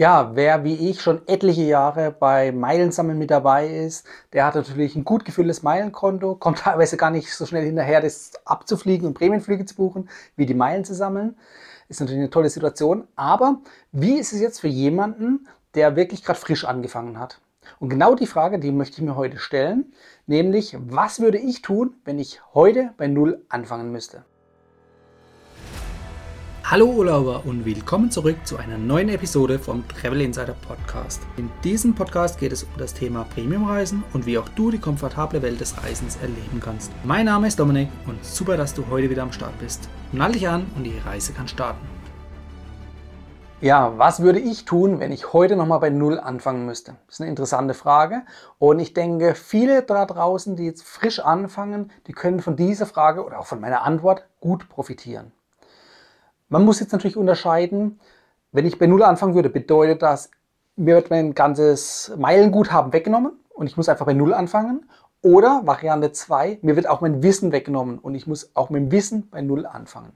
Ja, wer wie ich schon etliche Jahre bei Meilensammeln mit dabei ist, der hat natürlich ein gut gefülltes Meilenkonto, kommt teilweise gar nicht so schnell hinterher, das abzufliegen und Prämienflüge zu buchen, wie die Meilen zu sammeln. Ist natürlich eine tolle Situation. Aber wie ist es jetzt für jemanden, der wirklich gerade frisch angefangen hat? Und genau die Frage, die möchte ich mir heute stellen, nämlich, was würde ich tun, wenn ich heute bei Null anfangen müsste? Hallo Urlauber und willkommen zurück zu einer neuen Episode vom Travel Insider Podcast. In diesem Podcast geht es um das Thema Premiumreisen und wie auch du die komfortable Welt des Reisens erleben kannst. Mein Name ist Dominik und super, dass du heute wieder am Start bist. Nall dich an und die Reise kann starten. Ja, was würde ich tun, wenn ich heute nochmal bei Null anfangen müsste? Das ist eine interessante Frage und ich denke, viele da draußen, die jetzt frisch anfangen, die können von dieser Frage oder auch von meiner Antwort gut profitieren. Man muss jetzt natürlich unterscheiden, wenn ich bei Null anfangen würde, bedeutet das, mir wird mein ganzes Meilenguthaben weggenommen und ich muss einfach bei Null anfangen. Oder Variante 2, mir wird auch mein Wissen weggenommen und ich muss auch mit dem Wissen bei Null anfangen.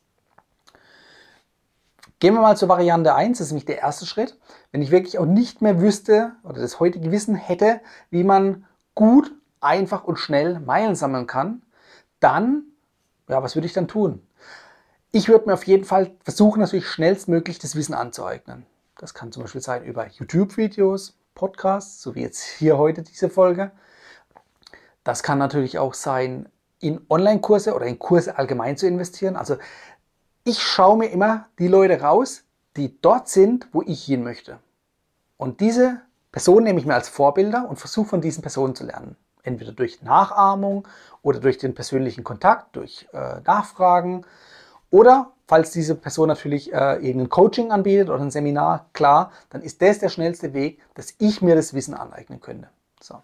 Gehen wir mal zur Variante 1, das ist nämlich der erste Schritt. Wenn ich wirklich auch nicht mehr wüsste oder das heutige Wissen hätte, wie man gut, einfach und schnell Meilen sammeln kann, dann, ja, was würde ich dann tun? Ich würde mir auf jeden Fall versuchen, natürlich schnellstmöglich das Wissen anzueignen. Das kann zum Beispiel sein über YouTube-Videos, Podcasts, so wie jetzt hier heute diese Folge. Das kann natürlich auch sein, in Online-Kurse oder in Kurse allgemein zu investieren. Also ich schaue mir immer die Leute raus, die dort sind, wo ich hin möchte. Und diese Personen nehme ich mir als Vorbilder und versuche von diesen Personen zu lernen. Entweder durch Nachahmung oder durch den persönlichen Kontakt, durch Nachfragen. Oder falls diese Person natürlich irgendein Coaching anbietet oder ein Seminar, klar, dann ist das der schnellste Weg, dass ich mir das Wissen aneignen könnte. So.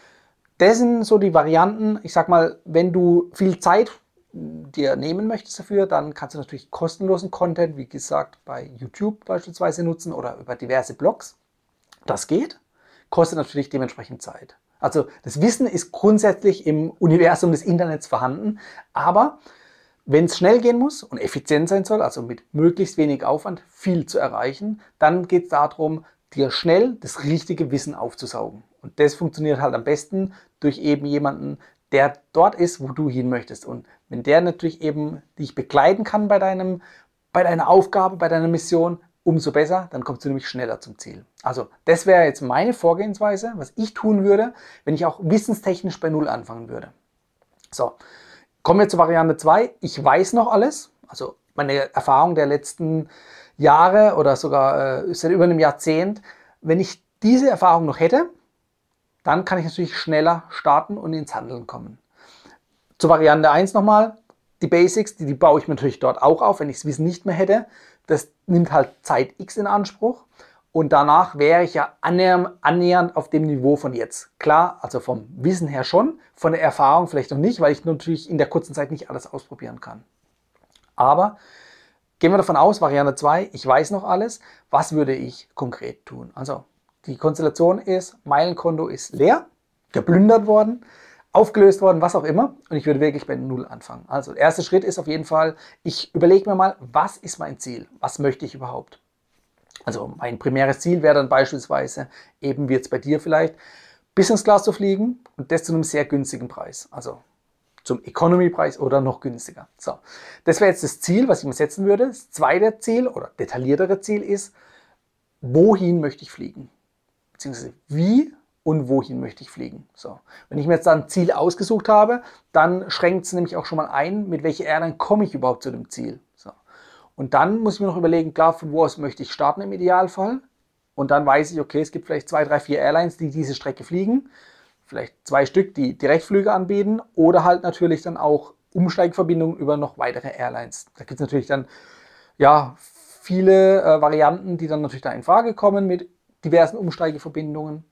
Das sind so die Varianten. Ich sag mal, wenn du viel Zeit dir nehmen möchtest dafür, dann kannst du natürlich kostenlosen Content, wie gesagt, bei YouTube beispielsweise nutzen oder über diverse Blogs. Das geht, kostet natürlich dementsprechend Zeit. Also das Wissen ist grundsätzlich im Universum des Internets vorhanden, aber wenn es schnell gehen muss und effizient sein soll, also mit möglichst wenig Aufwand viel zu erreichen, dann geht es darum, dir schnell das richtige Wissen aufzusaugen. Und das funktioniert halt am besten durch eben jemanden, der dort ist, wo du hin möchtest. Und wenn der natürlich eben dich begleiten kann bei deiner Aufgabe, bei deiner Mission, umso besser, dann kommst du nämlich schneller zum Ziel. Also das wäre jetzt meine Vorgehensweise, was ich tun würde, wenn ich auch wissenstechnisch bei Null anfangen würde. So. Kommen wir zur Variante 2. Ich weiß noch alles. Also meine Erfahrung der letzten Jahre oder sogar seit über einem Jahrzehnt. Wenn ich diese Erfahrung noch hätte, dann kann ich natürlich schneller starten und ins Handeln kommen. Zur Variante 1 nochmal. Die Basics, die baue ich mir natürlich dort auch auf, wenn ich das Wissen nicht mehr hätte. Das nimmt halt Zeit X in Anspruch. Und danach wäre ich ja annähernd auf dem Niveau von jetzt. Klar, also vom Wissen her schon, von der Erfahrung vielleicht noch nicht, weil ich natürlich in der kurzen Zeit nicht alles ausprobieren kann. Aber gehen wir davon aus, Variante 2, ich weiß noch alles. Was würde ich konkret tun? Also die Konstellation ist, Meilenkonto ist leer, geplündert worden, aufgelöst worden, was auch immer. Und ich würde wirklich bei Null anfangen. Also der erste Schritt ist auf jeden Fall, ich überlege mir mal, was ist mein Ziel? Was möchte ich überhaupt? Also mein primäres Ziel wäre dann beispielsweise, eben wie jetzt bei dir vielleicht, Business Class zu fliegen und das zu einem sehr günstigen Preis. Also zum Economy-Preis oder noch günstiger. So, das wäre jetzt das Ziel, was ich mir setzen würde. Das zweite Ziel oder detailliertere Ziel ist, wohin möchte ich fliegen? Beziehungsweise wie und wohin möchte ich fliegen? So, wenn ich mir jetzt dann ein Ziel ausgesucht habe, dann schränkt es nämlich auch schon mal ein, mit welcher Airline komme ich überhaupt zu dem Ziel. So. Und dann muss ich mir noch überlegen, klar, von wo aus möchte ich starten im Idealfall. Und dann weiß ich, okay, es gibt vielleicht 2, 3, 4 Airlines, die diese Strecke fliegen. Vielleicht 2 Stück, die Direktflüge anbieten. Oder halt natürlich dann auch Umsteigverbindungen über noch weitere Airlines. Da gibt es natürlich dann ja viele Varianten, die dann natürlich da in Frage kommen mit diversen Umsteigeverbindungen.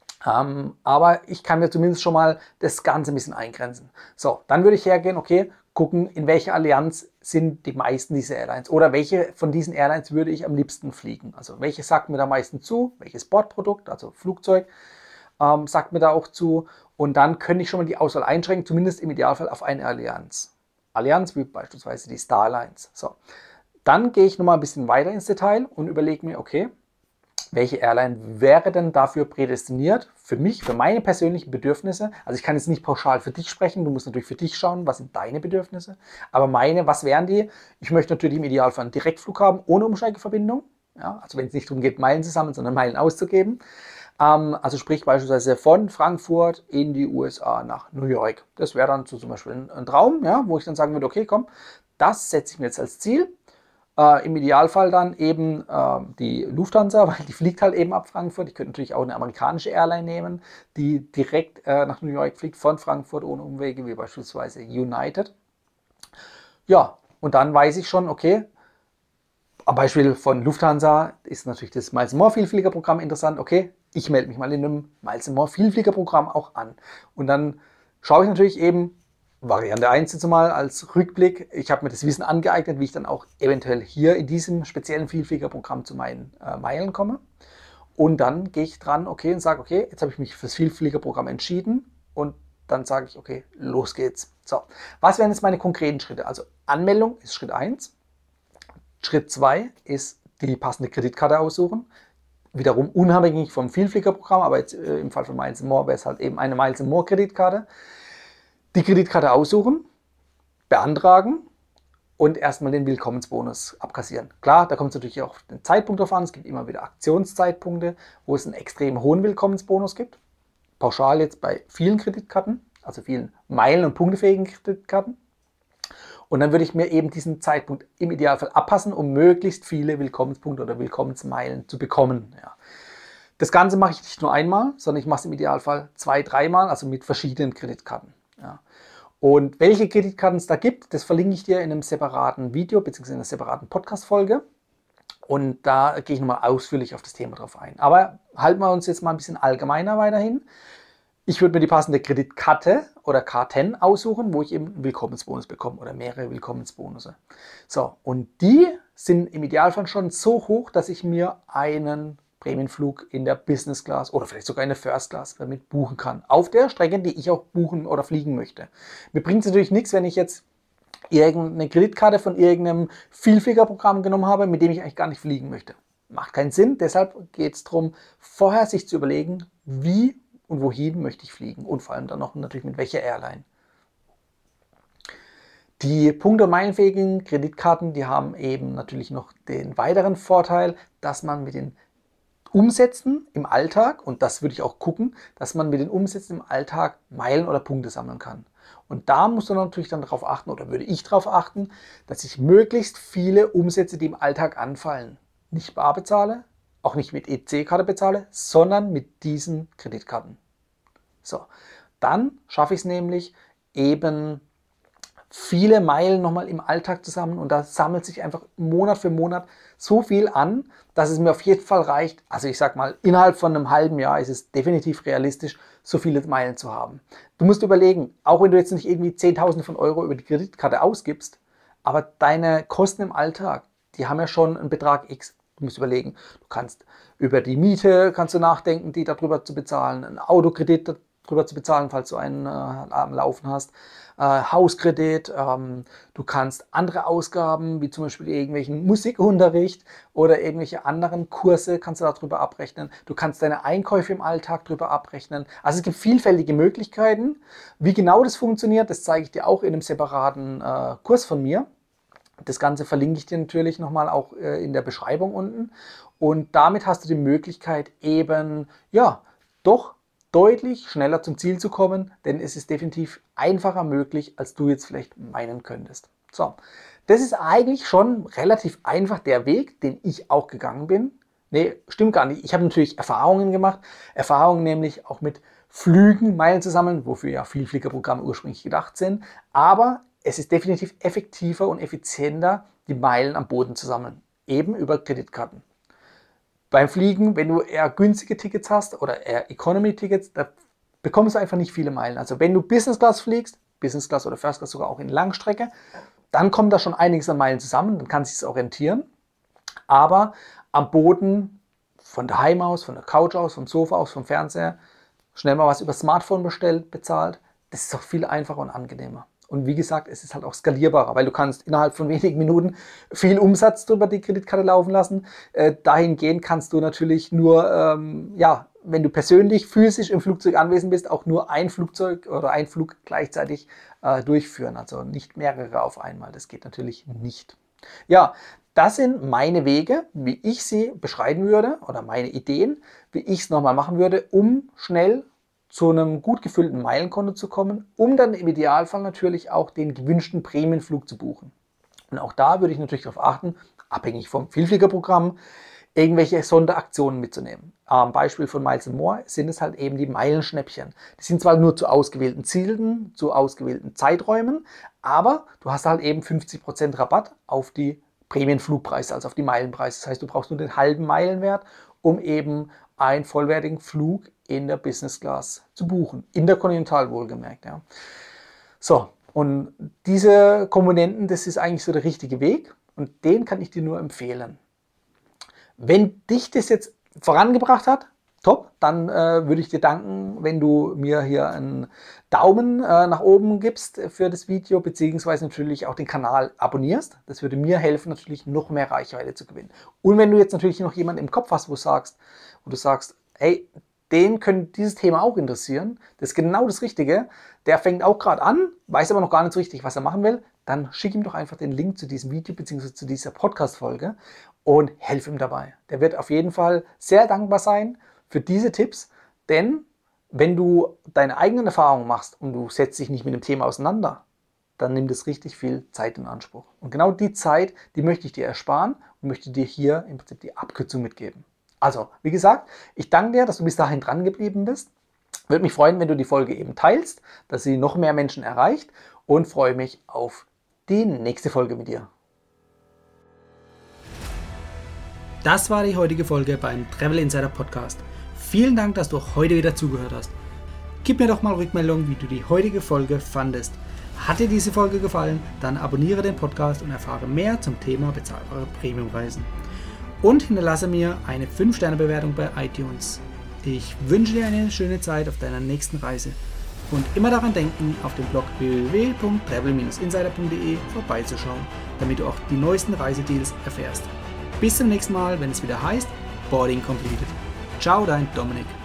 Aber ich kann mir zumindest schon mal das Ganze ein bisschen eingrenzen. So, dann würde ich hergehen, okay, gucken, in welcher Allianz sind die meisten dieser Airlines oder welche von diesen Airlines würde ich am liebsten fliegen. Also welche sagt mir da am meisten zu, welches Bordprodukt, also Flugzeug, sagt mir da auch zu. Und dann könnte ich schon mal die Auswahl einschränken, zumindest im Idealfall auf eine Allianz. Allianz wie beispielsweise die Star Alliance. So. Dann gehe ich nochmal ein bisschen weiter ins Detail und überlege mir, okay, welche Airline wäre denn dafür prädestiniert, für mich, für meine persönlichen Bedürfnisse. Also ich kann jetzt nicht pauschal für dich sprechen, du musst natürlich für dich schauen, was sind deine Bedürfnisse. Aber meine, was wären die? Ich möchte natürlich im Idealfall einen Direktflug haben, ohne Umsteigeverbindung. Ja, also wenn es nicht darum geht, Meilen zu sammeln, sondern Meilen auszugeben. Also sprich beispielsweise von Frankfurt in die USA nach New York. Das wäre dann zum Beispiel ein Traum, ja, wo ich dann sagen würde, okay, komm, das setze ich mir jetzt als Ziel. Im Idealfall dann eben die Lufthansa, weil die fliegt halt eben ab Frankfurt. Ich könnte natürlich auch eine amerikanische Airline nehmen, die direkt nach New York fliegt von Frankfurt ohne Umwege, wie beispielsweise United. Ja, und dann weiß ich schon, okay, am Beispiel von Lufthansa ist natürlich das Miles More Vielfliegerprogramm interessant. Okay, ich melde mich mal in einem Miles More Vielfliegerprogramm auch an. Und dann schaue ich natürlich eben, Variante 1 jetzt mal als Rückblick. Ich habe mir das Wissen angeeignet, wie ich dann auch eventuell hier in diesem speziellen Vielfliegerprogramm zu meinen Meilen komme. Und dann gehe ich dran, okay, und sage, okay, jetzt habe ich mich fürs Vielfliegerprogramm entschieden und dann sage ich, okay, los geht's. So, was wären jetzt meine konkreten Schritte? Also Anmeldung ist Schritt 1. Schritt 2 ist die passende Kreditkarte aussuchen. Wiederum unabhängig vom Vielfliegerprogramm, aber jetzt im Fall von Miles More wäre es halt eben eine Miles More Kreditkarte. Die Kreditkarte aussuchen, beantragen und erstmal den Willkommensbonus abkassieren. Klar, da kommt es natürlich auch auf den Zeitpunkt drauf an. Es gibt immer wieder Aktionszeitpunkte, wo es einen extrem hohen Willkommensbonus gibt. Pauschal jetzt bei vielen Kreditkarten, also vielen meilen- und punktefähigen Kreditkarten. Und dann würde ich mir eben diesen Zeitpunkt im Idealfall abpassen, um möglichst viele Willkommenspunkte oder Willkommensmeilen zu bekommen. Ja. Das Ganze mache ich nicht nur einmal, sondern ich mache es im Idealfall 2-, 3-mal, also mit verschiedenen Kreditkarten. Ja. Und welche Kreditkarten es da gibt, das verlinke ich dir in einem separaten Video bzw. in einer separaten Podcast-Folge. Und da gehe ich nochmal ausführlich auf das Thema drauf ein. Aber halten wir uns jetzt mal ein bisschen allgemeiner weiterhin. Ich würde mir die passende Kreditkarte oder Karten aussuchen, wo ich eben einen Willkommensbonus bekomme oder mehrere Willkommensbonusse. So, und die sind im Idealfall schon so hoch, dass ich mir einen Prämienflug in der Business Class oder vielleicht sogar in der First Class damit buchen kann. Auf der Strecke, die ich auch buchen oder fliegen möchte. Mir bringt es natürlich nichts, wenn ich jetzt irgendeine Kreditkarte von irgendeinem Vielfliegerprogramm genommen habe, mit dem ich eigentlich gar nicht fliegen möchte. Macht keinen Sinn. Deshalb geht es darum, vorher sich zu überlegen, wie und wohin möchte ich fliegen und vor allem dann noch natürlich mit welcher Airline. Die Punkte- und meilenfähigen Kreditkarten, die haben eben natürlich noch den weiteren Vorteil, dass man mit den Umsätzen im Alltag, und das würde ich auch gucken, dass man mit den Umsätzen im Alltag Meilen oder Punkte sammeln kann. Und da muss man natürlich dann darauf achten, oder würde ich darauf achten, dass ich möglichst viele Umsätze, die im Alltag anfallen, nicht bar bezahle, auch nicht mit EC-Karte bezahle, sondern mit diesen Kreditkarten. So, dann schaffe ich es nämlich eben viele Meilen nochmal im Alltag zusammen und da sammelt sich einfach Monat für Monat so viel an, dass es mir auf jeden Fall reicht. Also ich sag mal, innerhalb von einem halben Jahr ist es definitiv realistisch, so viele Meilen zu haben. Du musst überlegen, auch wenn du jetzt nicht irgendwie Zehntausende von Euro über die Kreditkarte ausgibst, aber deine Kosten im Alltag, die haben ja schon einen Betrag X. Du musst überlegen, du kannst über die Miete kannst du nachdenken, die darüber zu bezahlen, einen Autokredit darüber zu bezahlen, falls du einen am Laufen hast, Hauskredit, du kannst andere Ausgaben, wie zum Beispiel irgendwelchen Musikunterricht oder irgendwelche anderen Kurse, kannst du darüber abrechnen. Du kannst deine Einkäufe im Alltag darüber abrechnen. Also es gibt vielfältige Möglichkeiten. Wie genau das funktioniert, das zeige ich dir auch in einem separaten Kurs von mir. Das Ganze verlinke ich dir natürlich nochmal auch in der Beschreibung unten. Und damit hast du die Möglichkeit eben, ja, doch deutlich schneller zum Ziel zu kommen, denn es ist definitiv einfacher möglich, als du jetzt vielleicht meinen könntest. So, das ist eigentlich schon relativ einfach der Weg, den ich auch gegangen bin. Nee, stimmt gar nicht. Ich habe natürlich Erfahrungen gemacht. Erfahrungen nämlich auch mit Flügen, Meilen zu sammeln, wofür ja Vielfliegerprogramme ursprünglich gedacht sind. Aber es ist definitiv effektiver und effizienter, die Meilen am Boden zu sammeln. Eben über Kreditkarten. Beim Fliegen, wenn du eher günstige Tickets hast oder eher Economy-Tickets, da bekommst du einfach nicht viele Meilen. Also wenn du Business Class fliegst, Business Class oder First Class sogar auch in Langstrecke, dann kommt da schon einiges an Meilen zusammen, dann kann es sich orientieren. Aber am Boden, von daheim aus, von der Couch aus, vom Sofa aus, vom Fernseher, schnell mal was über Smartphone bestellt, bezahlt, das ist doch viel einfacher und angenehmer. Und wie gesagt, es ist halt auch skalierbarer, weil du kannst innerhalb von wenigen Minuten viel Umsatz drüber die Kreditkarte laufen lassen. Dahingehend kannst du natürlich nur, wenn du persönlich physisch im Flugzeug anwesend bist, auch nur ein Flugzeug oder ein Flug gleichzeitig durchführen. Also nicht mehrere auf einmal. Das geht natürlich nicht. Ja, das sind meine Wege, wie ich sie beschreiben würde oder meine Ideen, wie ich es nochmal machen würde, um schnell zu einem gut gefüllten Meilenkonto zu kommen, um dann im Idealfall natürlich auch den gewünschten Prämienflug zu buchen. Und auch da würde ich natürlich darauf achten, abhängig vom Vielfliegerprogramm, irgendwelche Sonderaktionen mitzunehmen. Am Beispiel von Miles & More sind es halt eben die Meilenschnäppchen. Die sind zwar nur zu ausgewählten Zielen, zu ausgewählten Zeiträumen, aber du hast halt eben 50% Rabatt auf die Prämienflugpreise, also auf die Meilenpreise. Das heißt, du brauchst nur den halben Meilenwert, um eben einen vollwertigen Flug in der Business Class zu buchen. Interkontinental wohlgemerkt. Ja. So, und diese Komponenten, das ist eigentlich so der richtige Weg und den kann ich dir nur empfehlen. Wenn dich das jetzt vorangebracht hat, top, dann würde ich dir danken, wenn du mir hier einen Daumen nach oben gibst für das Video, beziehungsweise natürlich auch den Kanal abonnierst. Das würde mir helfen, natürlich noch mehr Reichweite zu gewinnen. Und wenn du jetzt natürlich noch jemanden im Kopf hast, wo du sagst, hey, den könnte dieses Thema auch interessieren, das ist genau das Richtige, der fängt auch gerade an, weiß aber noch gar nicht so richtig, was er machen will, dann schick ihm doch einfach den Link zu diesem Video bzw. zu dieser Podcast-Folge und helf ihm dabei. Der wird auf jeden Fall sehr dankbar sein für diese Tipps, denn wenn du deine eigenen Erfahrungen machst und du setzt dich nicht mit dem Thema auseinander, dann nimmt es richtig viel Zeit in Anspruch. Und genau die Zeit, die möchte ich dir ersparen und möchte dir hier im Prinzip die Abkürzung mitgeben. Also, wie gesagt, ich danke dir, dass du bis dahin dran geblieben bist. Würde mich freuen, wenn du die Folge eben teilst, dass sie noch mehr Menschen erreicht und freue mich auf die nächste Folge mit dir. Das war die heutige Folge beim Travel Insider Podcast. Vielen Dank, dass du auch heute wieder zugehört hast. Gib mir doch mal Rückmeldung, wie du die heutige Folge fandest. Hat dir diese Folge gefallen, dann abonniere den Podcast und erfahre mehr zum Thema bezahlbare Premiumreisen. Und hinterlasse mir eine 5-Sterne-Bewertung bei iTunes. Ich wünsche dir eine schöne Zeit auf deiner nächsten Reise. Und immer daran denken, auf dem Blog www.travel-insider.de vorbeizuschauen, damit du auch die neuesten Reisedeals erfährst. Bis zum nächsten Mal, wenn es wieder heißt Boarding Completed. Ciao, dein Dominik.